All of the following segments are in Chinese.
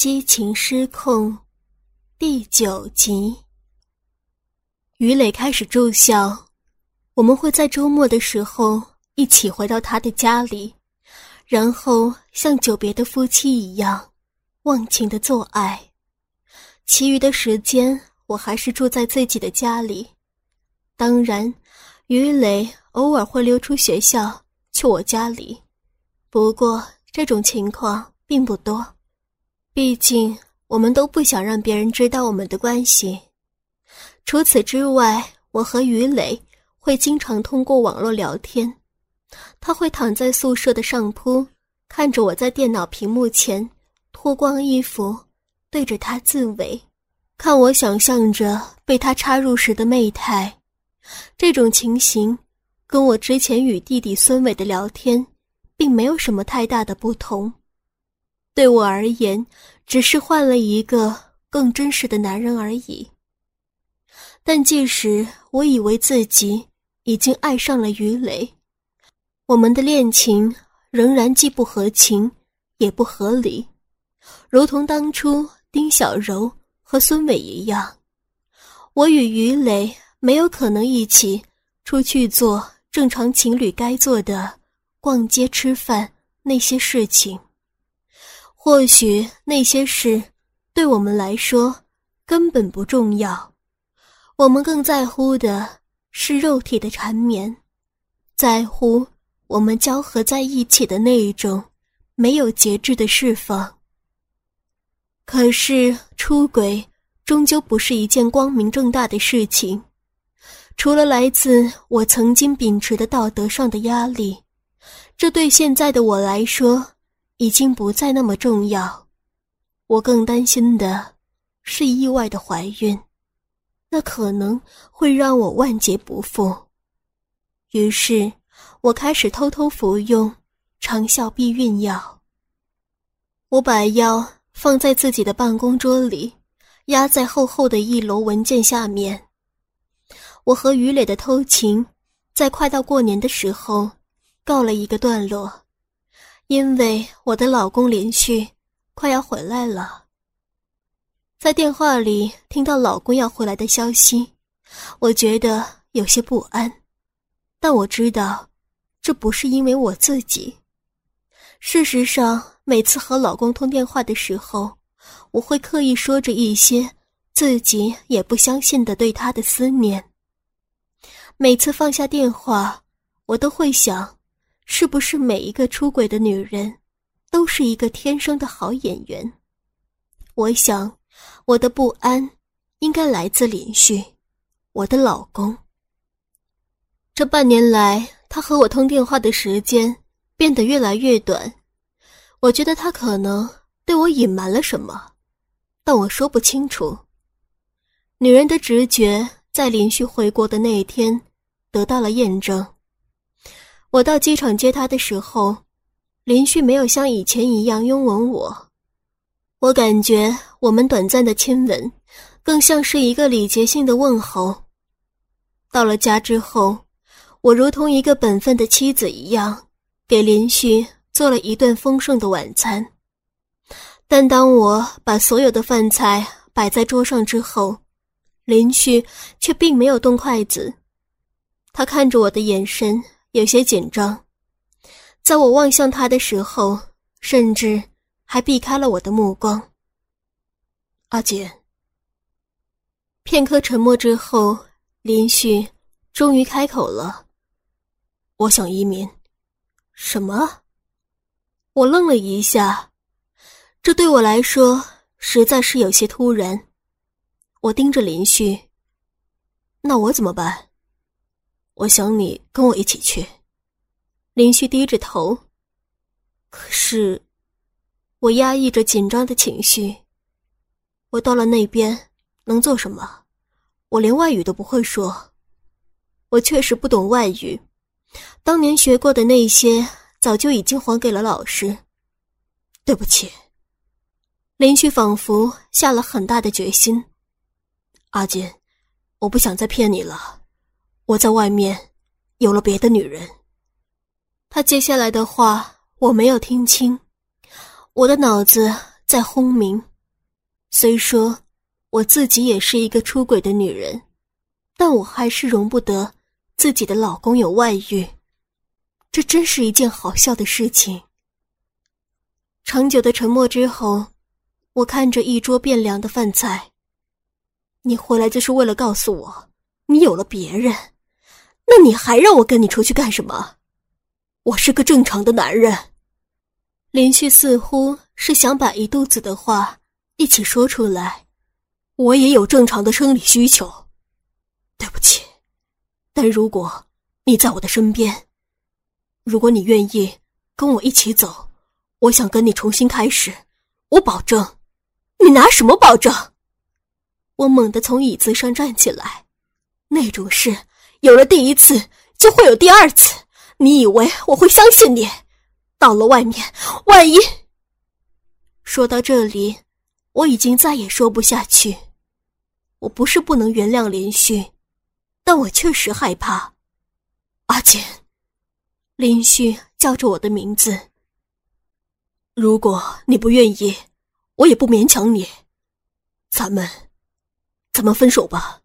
激情失控第9集。于磊开始住校，我们会在周末的时候一起回到他的家里，然后像久别的夫妻一样忘情地做爱。其余的时间我还是住在自己的家里。当然，于磊偶尔会溜出学校去我家里，不过这种情况并不多，毕竟我们都不想让别人知道我们的关系。除此之外，我和于磊会经常通过网络聊天。他会躺在宿舍的上铺，看着我在电脑屏幕前脱光衣服对着他自慰，看我想象着被他插入时的媚态。这种情形跟我之前与弟弟孙伟的聊天并没有什么太大的不同，对我而言只是换了一个更真实的男人而已。但即使我以为自己已经爱上了于磊，我们的恋情仍然既不合情也不合理，如同当初丁小柔和孙伟一样。我与于磊没有可能一起出去做正常情侣该做的逛街吃饭那些事情。或许那些事对我们来说根本不重要，我们更在乎的是肉体的缠绵，在乎我们交合在一起的那一种没有节制的释放。可是出轨终究不是一件光明正大的事情，除了来自我曾经秉持的道德上的压力，这对现在的我来说已经不再那么重要。我更担心的是意外的怀孕，那可能会让我万劫不复。于是我开始偷偷服用长效避孕药。我把药放在自己的办公桌里，压在厚厚的一摞文件下面。我和于磊的偷情在快到过年的时候告了一个段落，因为我的老公连续快要回来了。在电话里听到老公要回来的消息，我觉得有些不安，但我知道这不是因为我自己。事实上，每次和老公通电话的时候，我会刻意说着一些自己也不相信的对他的思念。每次放下电话，我都会想，是不是每一个出轨的女人都是一个天生的好演员。我想我的不安应该来自林旭，我的老公。这半年来，他和我通电话的时间变得越来越短。我觉得他可能对我隐瞒了什么，但我说不清楚。女人的直觉在林旭回国的那一天得到了验证。我到机场接他的时候，林旭没有像以前一样拥吻我。我感觉我们短暂的亲吻更像是一个礼节性的问候。到了家之后，我如同一个本分的妻子一样，给林旭做了一顿丰盛的晚餐。但当我把所有的饭菜摆在桌上之后，林旭却并没有动筷子。他看着我的眼神有些紧张，在我望向他的时候，甚至还避开了我的目光。阿姐。片刻沉默之后，林旭终于开口了。我想移民。什么？我愣了一下，这对我来说实在是有些突然。我盯着林旭。那我怎么办？我想你跟我一起去。林旭低着头。可是我压抑着紧张的情绪。我到了那边能做什么？我连外语都不会说。我确实不懂外语，当年学过的那些早就已经还给了老师。对不起。林旭仿佛下了很大的决心。阿金，我不想再骗你了，我在外面有了别的女人。他接下来的话我没有听清，我的脑子在轰鸣， 虽说我自己也是一个出轨的女人，但我还是容不得自己的老公有外遇，这真是一件好笑的事情。长久的沉默之后，我看着一桌变凉的饭菜。你回来就是为了告诉我你有了别人，那你还让我跟你出去干什么？我是个正常的男人。林旭似乎是想把一肚子的话一起说出来。我也有正常的生理需求，对不起，但如果你在我的身边，如果你愿意跟我一起走，我想跟你重新开始，我保证。你拿什么保证？我猛地从椅子上站起来。那种事有了第一次就会有第二次，你以为我会相信你？到了外面，万一……说到这里，我已经再也说不下去。我不是不能原谅林旭，但我确实害怕。阿锦，林旭叫着我的名字。如果你不愿意，我也不勉强你，咱们分手吧。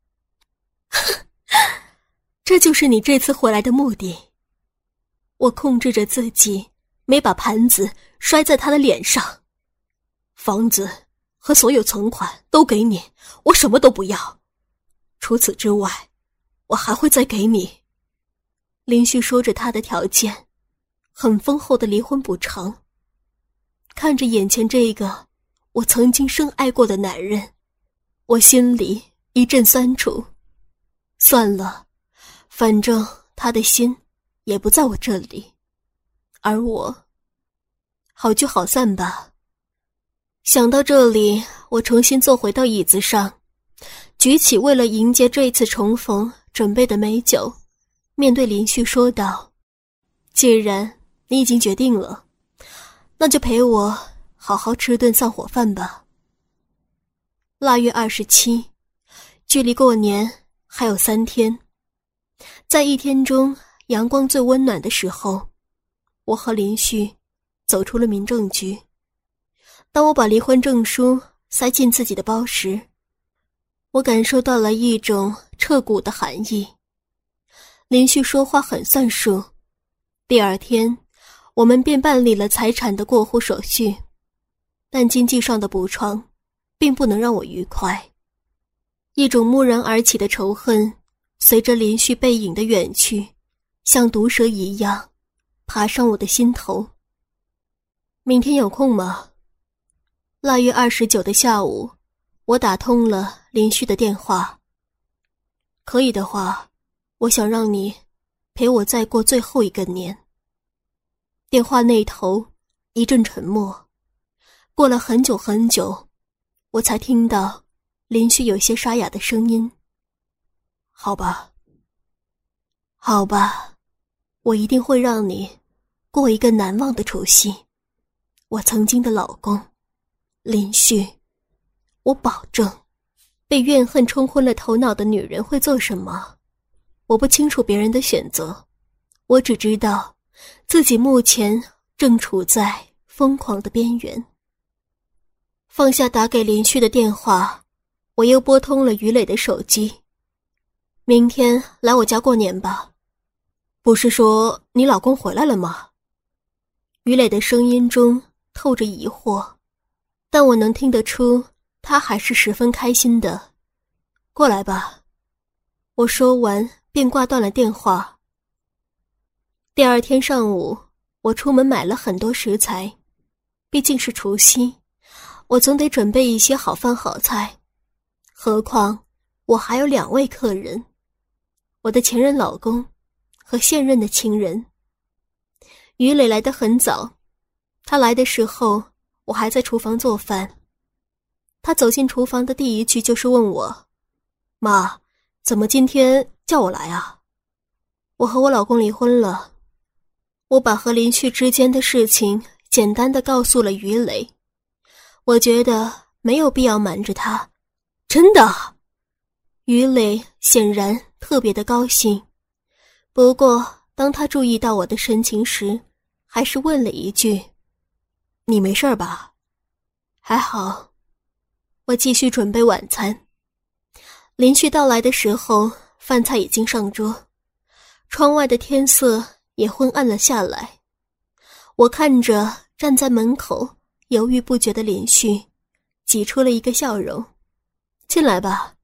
这就是你这次回来的目的。我控制着自己，没把盘子摔在他的脸上。房子和所有存款都给你，我什么都不要。除此之外，我还会再给你。林旭说着他的条件，很丰厚的离婚补偿。看着眼前这个我曾经深爱过的男人，我心里一阵酸楚。算了，反正他的心也不在我这里，而我好聚好散吧。想到这里，我重新坐回到椅子上，举起为了迎接这一次重逢准备的美酒，面对林旭说道：既然你已经决定了，那就陪我好好吃顿散伙饭吧。腊月27，距离过年还有3天。在一天中阳光最温暖的时候，我和林旭走出了民政局。当我把离婚证书塞进自己的包时，我感受到了一种彻骨的寒意。林旭说话很算数，第二天我们便办理了财产的过户手续，但经济上的补偿并不能让我愉快。一种蓦然而起的仇恨随着林旭背影的远去，像毒蛇一样爬上我的心头。明天有空吗？腊月29的下午，我打通了林旭的电话。可以的话，我想让你陪我再过最后一个年。电话那头一阵沉默，过了很久很久，我才听到林旭有些沙哑的声音。好吧，好吧，我一定会让你过一个难忘的除夕。我曾经的老公林旭，我保证。被怨恨冲昏了头脑的女人会做什么？我不清楚别人的选择，我只知道自己目前正处在疯狂的边缘。放下打给林旭的电话，我又拨通了于磊的手机。明天来我家过年吧。不是说你老公回来了吗？于磊的声音中透着疑惑，但我能听得出他还是十分开心的。过来吧。我说完便挂断了电话。第二天上午，我出门买了很多食材，毕竟是除夕，我总得准备一些好饭好菜。何况我还有2位客人，我的前任老公和现任的情人。于磊来得很早，他来的时候我还在厨房做饭。他走进厨房的第一句就是问我：妈，怎么今天叫我来啊？我和我老公离婚了。我把和林旭之间的事情简单地告诉了于磊。我觉得没有必要瞒着他。真的？于磊显然特别的高兴，不过当他注意到我的神情时，还是问了一句：你没事吧？还好。 我继续准备晚餐。林旭到来的时候，饭菜已经上桌，窗外的天色也昏暗了下来。我看着站在门口犹豫不决的林旭，挤出了一个笑容：“进来吧。”“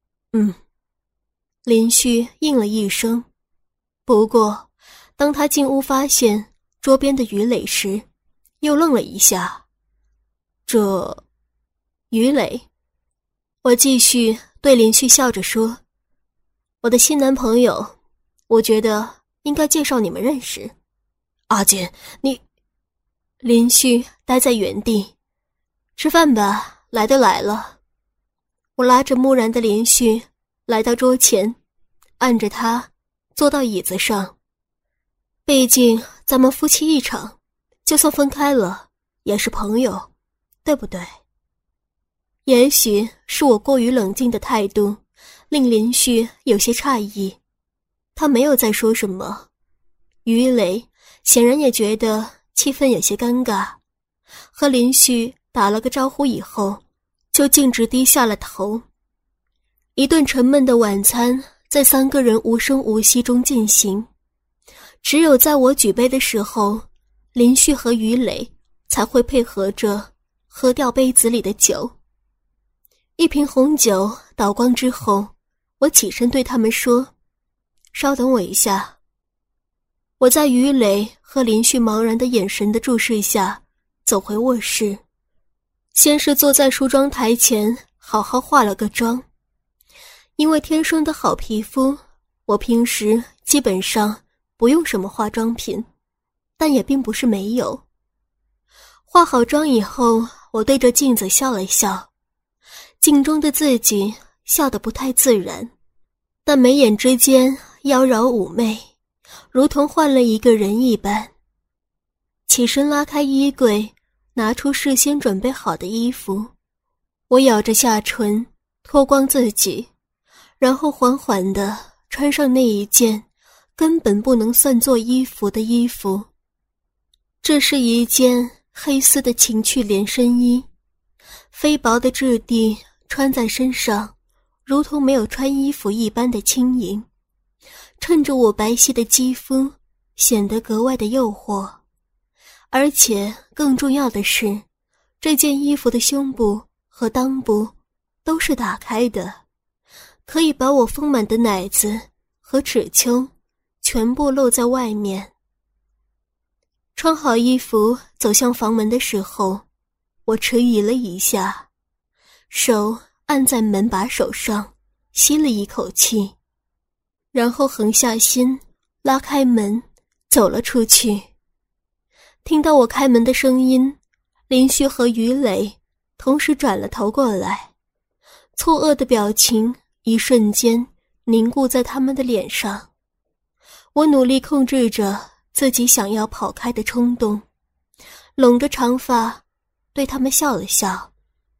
林旭应了一声。不过当他进屋发现桌边的鱼磊时，又愣了一下。“这……鱼磊？”我继续对林旭笑着说：“我的新男朋友，我觉得应该介绍你们认识。”“阿锦，你……”林旭待在原地。“吃饭吧，来都来了。”我拉着木然的林旭来到桌前，按着他坐到椅子上。毕竟咱们夫妻一场，就算分开了也是朋友，对不对？也许是我过于冷静的态度令林旭有些诧异，他没有再说什么。于磊显然也觉得气氛有些尴尬，和林旭打了个招呼以后，就径直低下了头。一顿沉闷的晚餐在三个人无声无息中进行，只有在我举杯的时候，林旭和于磊才会配合着喝掉杯子里的酒。一瓶红酒倒光之后，我起身对他们说：“稍等我一下。”我在于磊和林旭茫然的眼神的注视下走回卧室，先是坐在梳妆台前好好化了个妆。因为天生的好皮肤，我平时基本上不用什么化妆品，但也并不是没有。化好妆以后，我对着镜子笑了笑，镜中的自己笑得不太自然，但眉眼之间妖娆妩媚，如同换了一个人一般。起身拉开衣柜，拿出事先准备好的衣服，我咬着下唇，脱光自己，然后缓缓地穿上那一件根本不能算作衣服的衣服。这是一件黑丝的情趣连身衣，非薄的质地穿在身上如同没有穿衣服一般的轻盈，衬着我白皙的肌肤，显得格外的诱惑。而且更重要的是，这件衣服的胸部和裆部都是打开的，可以把我丰满的奶子和耻丘全部露在外面。穿好衣服走向房门的时候，我迟疑了一下，手按在门把手上，吸了一口气，然后横下心拉开门走了出去。听到我开门的声音，林旭和于磊同时转了头过来，错愕的表情一瞬间凝固在他们的脸上。我努力控制着自己想要跑开的冲动，拢着长发对他们笑了笑。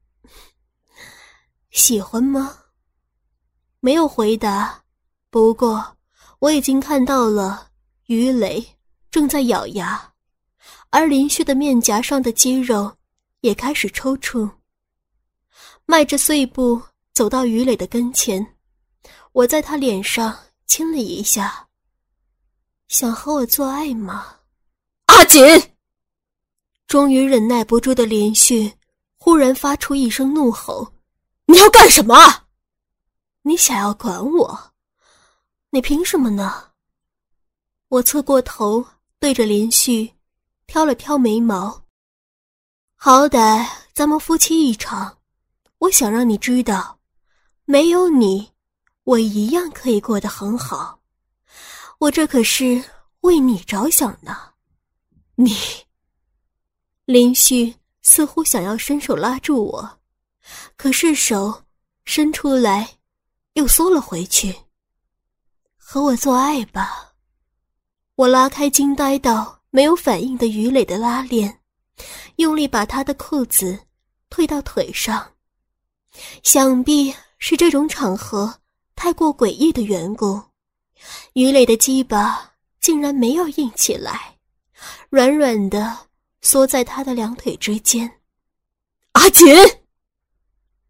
喜欢吗？没有回答，不过我已经看到了于磊正在咬牙，而林旭的面颊上的肌肉也开始抽搐。迈着碎步走到于磊的跟前，我在他脸上亲了一下。想和我做爱吗？阿锦！终于忍耐不住的林旭忽然发出一声怒吼：你要干什么？你想要管我？你凭什么呢？我侧过头对着林旭挑了挑眉毛。好歹咱们夫妻一场，我想让你知道，没有你，我一样可以过得很好。我这可是为你着想呢。你……林旭似乎想要伸手拉住我，可是手伸出来又缩了回去。和我做爱吧。我拉开惊呆到没有反应的于磊的拉链，用力把他的裤子退到腿上。想必是这种场合太过诡异的缘故，于磊的鸡巴竟然没有硬起来，软软的缩在他的两腿之间。阿锦！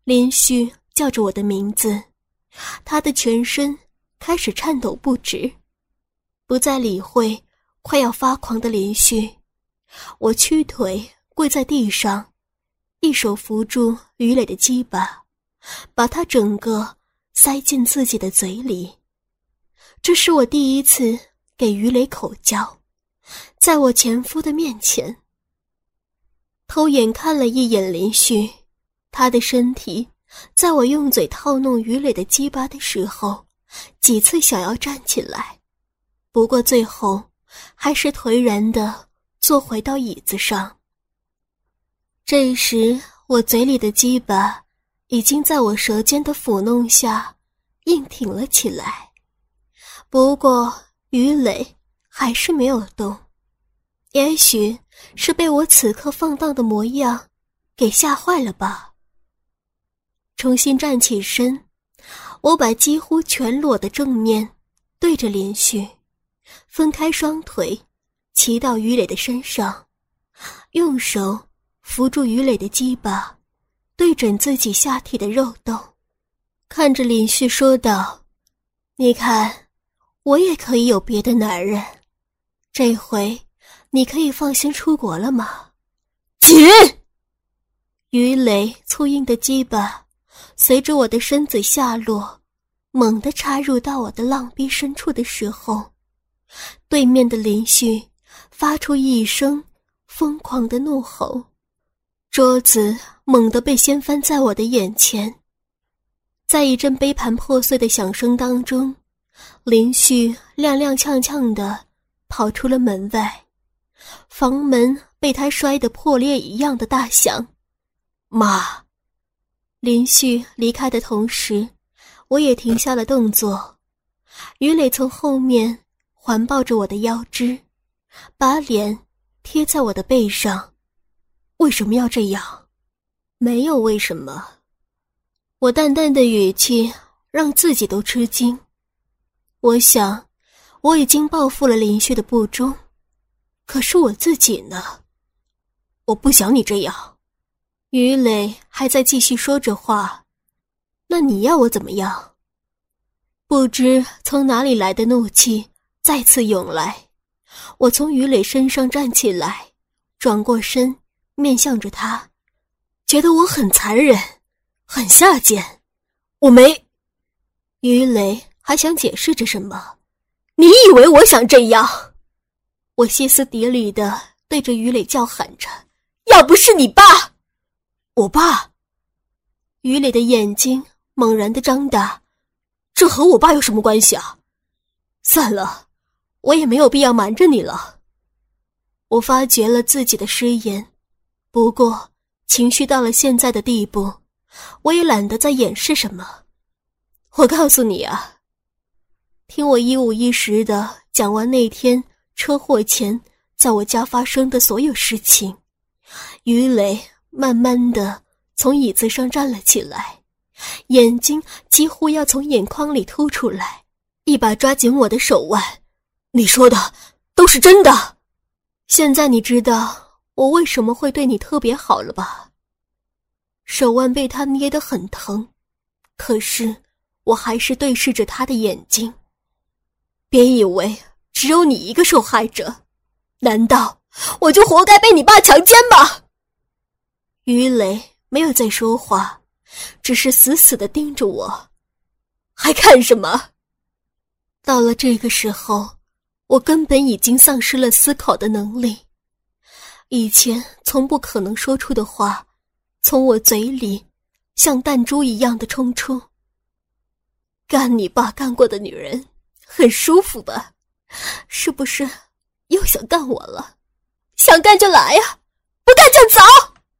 连续叫着我的名字，他的全身开始颤抖不止。不再理会快要发狂的连续，我屈腿跪在地上，一手扶住于磊的鸡巴，把他整个塞进自己的嘴里。这是我第一次给于磊口交，在我前夫的面前。偷眼看了一眼连续，他的身体在我用嘴套弄于磊的鸡巴的时候，几次想要站起来，不过最后还是颓然地坐回到椅子上。这时我嘴里的鸡巴已经在我舌尖的抚弄下硬挺了起来，不过于磊还是没有动，也许是被我此刻放荡的模样给吓坏了吧。重新站起身，我把几乎全裸的正面对着连续，分开双腿骑到于磊的身上，用手扶住于磊的鸡巴，对准自己下体的肉洞，看着连续说道：你看，我也可以有别的男人，这回你可以放心出国了吗？紧！于磊粗硬的鸡巴随着我的身子下落，猛地插入到我的浪逼深处的时候，对面的连续发出一声疯狂的怒吼，桌子猛地被掀翻在我的眼前。在一阵杯盘破碎的响声当中，连续踉踉跄跄地跑出了门外，房门被他摔得破裂一样的大响。妈！连续离开的同时，我也停下了动作。于磊从后面环抱着我的腰肢，把脸贴在我的背上。为什么要这样？没有为什么。我淡淡的语气让自己都吃惊。我想，我已经报复了连续的不忠，可是我自己呢？我不想你这样。于磊还在继续说着话。那你要我怎么样？不知从哪里来的怒气再次涌来，我从于磊身上站起来，转过身面向着他，觉得我很残忍，很下贱。我没……于磊还想解释着什么。你以为我想这样？我歇斯底里地对着于磊叫喊着，要不是你爸！我爸！于磊的眼睛猛然地张大，这和我爸有什么关系啊？算了，我也没有必要瞒着你了。我发觉了自己的失言，不过情绪到了现在的地步，我也懒得再掩饰什么。我告诉你啊，听我一五一十地讲完那天车祸前在我家发生的所有事情，于磊慢慢地从椅子上站了起来，眼睛几乎要从眼眶里凸出来，一把抓紧我的手腕。你说的都是真的。现在你知道我为什么会对你特别好了吧？手腕被他捏得很疼，可是我还是对视着他的眼睛。别以为只有你一个受害者，难道我就活该被你爸强奸吗？于磊没有再说话，只是死死地盯着我。还看什么？到了这个时候，我根本已经丧失了思考的能力。以前从不可能说出的话，从我嘴里像弹珠一样的冲出。干你爸干过的女人，很舒服吧？是不是又想干我了？想干就来呀，不干就走！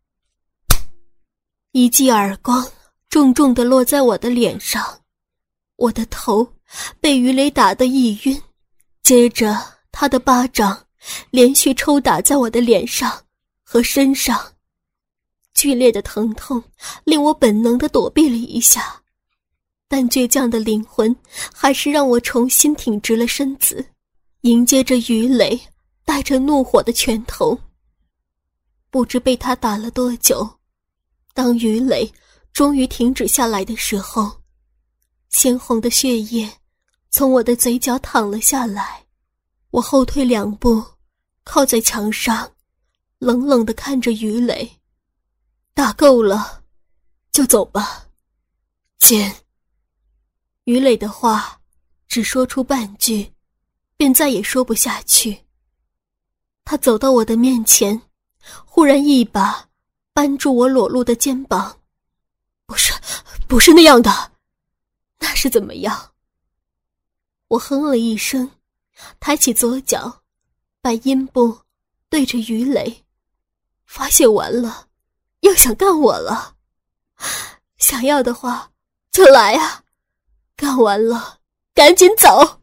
一记耳光重重地落在我的脸上，我的头被于磊打得一晕，接着他的巴掌连续抽打在我的脸上和身上，剧烈的疼痛令我本能地躲避了一下，但倔强的灵魂还是让我重新挺直了身子，迎接着于磊带着怒火的拳头。不知被他打了多久，当于磊终于停止下来的时候，鲜红的血液从我的嘴角淌了下来。我后退2步，靠在墙上，冷冷地看着于磊。打够了，就走吧，简。于磊的话只说出半句，便再也说不下去。他走到我的面前，忽然一把扳住我裸露的肩膀。不是那样的。那是怎么样？我哼了一声，抬起左脚，把阴部对着于磊。发泄完了，又想干我了。想要的话就来啊，干完了赶紧走。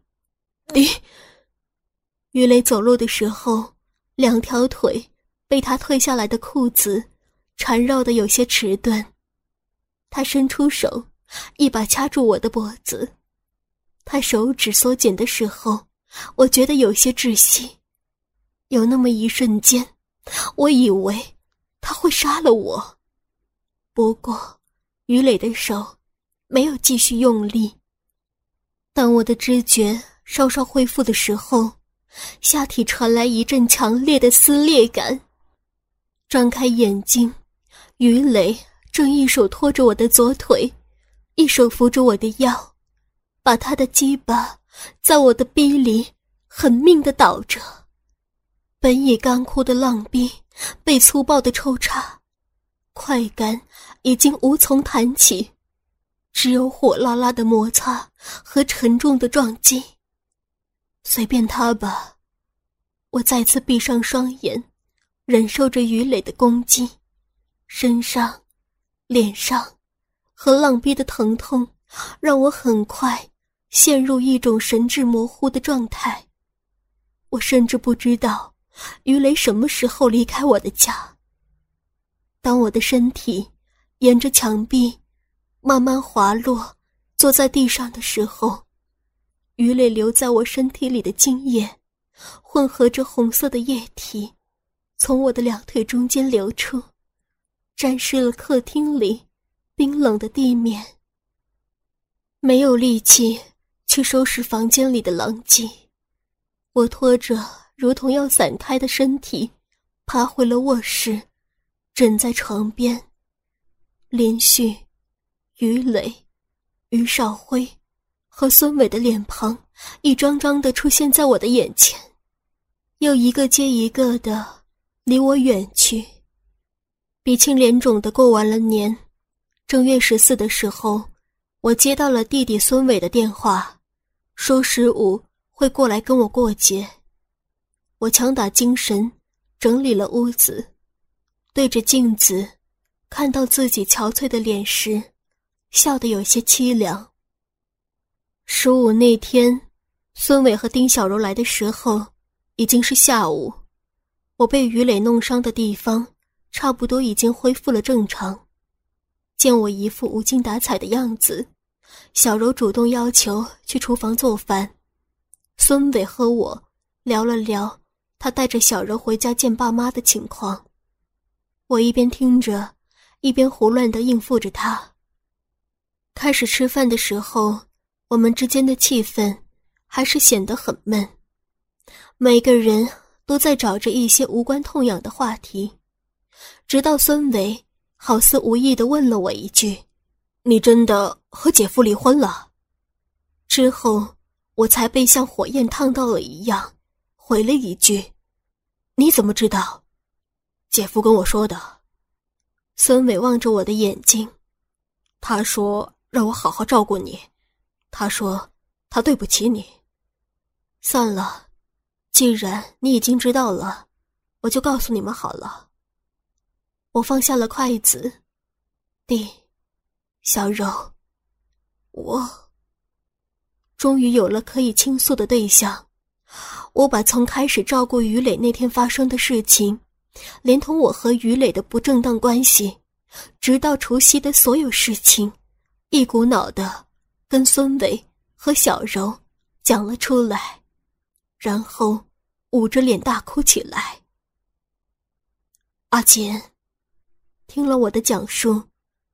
于磊走路的时候，2条腿被他褪下来的裤子缠绕得有些迟钝。他伸出手，一把掐住我的脖子。他手指缩紧的时候，我觉得有些窒息。有那么一瞬间，我以为他会杀了我。不过，于磊的手没有继续用力。当我的知觉稍稍恢复的时候，下体传来一阵强烈的撕裂感。张开眼睛，于磊正一手托着我的左腿，一手扶着我的腰，把他的鸡巴在我的逼里狠命地倒着。本已干枯的浪逼被粗暴地抽插，快感已经无从谈起，只有火辣辣的摩擦和沉重的撞击。随便他吧，我再次闭上双眼，忍受着于磊的攻击，身上、脸上和浪逼的疼痛让我很快陷入一种神志模糊的状态。我甚至不知道于磊什么时候离开我的家。当我的身体沿着墙壁慢慢滑落，坐在地上的时候，于磊留在我身体里的精液混合着红色的液体从我的2腿中间流出，沾湿了客厅里冰冷的地面。没有力气去收拾房间里的狼藉，我拖着如同要散开的身体爬回了卧室，枕在床边。连续于磊、于少辉和孙伟的脸庞一张张地出现在我的眼前，又一个接一个的离我远去。鼻青脸肿地过完了年，正月14的时候，我接到了弟弟孙伟的电话，说15会过来跟我过节。我强打精神整理了屋子，对着镜子看到自己憔悴的脸时，笑得有些凄凉。15那天，孙伟和丁小柔来的时候已经是下午，我被于磊弄伤的地方差不多已经恢复了正常。见我一副无精打采的样子，小柔主动要求去厨房做饭。孙伟和我聊了聊他带着小柔回家见爸妈的情况。我一边听着，一边胡乱地应付着他。开始吃饭的时候，我们之间的气氛还是显得很闷，每个人都在找着一些无关痛痒的话题，直到孙伟好似无意地问了我一句：“你真的和姐夫离婚了？”之后我才被像火焰烫到了一样，回了一句：“你怎么知道？”姐夫跟我说的。孙伟望着我的眼睛，他说让我好好照顾你，他说他对不起你。算了，既然你已经知道了，我就告诉你们好了。我放下了筷子。弟，小柔，我终于有了可以倾诉的对象。我把从开始照顾于磊那天发生的事情，连同我和于磊的不正当关系，直到除夕的所有事情，一股脑的跟孙伟和小柔讲了出来，然后捂着脸大哭起来。阿简听了我的讲述，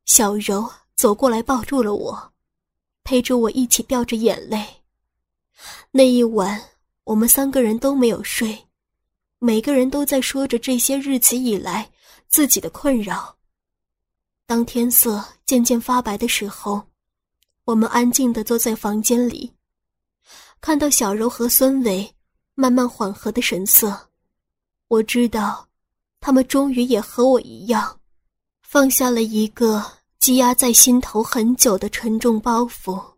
小柔走过来抱住了我，陪着我一起掉着眼泪。那一晚我们3个人都没有睡，每个人都在说着这些日子以来自己的困扰。当天色渐渐发白的时候，我们安静地坐在房间里，看到小柔和孙伟慢慢缓和的神色，我知道他们终于也和我一样，放下了一个积压在心头很久的沉重包袱。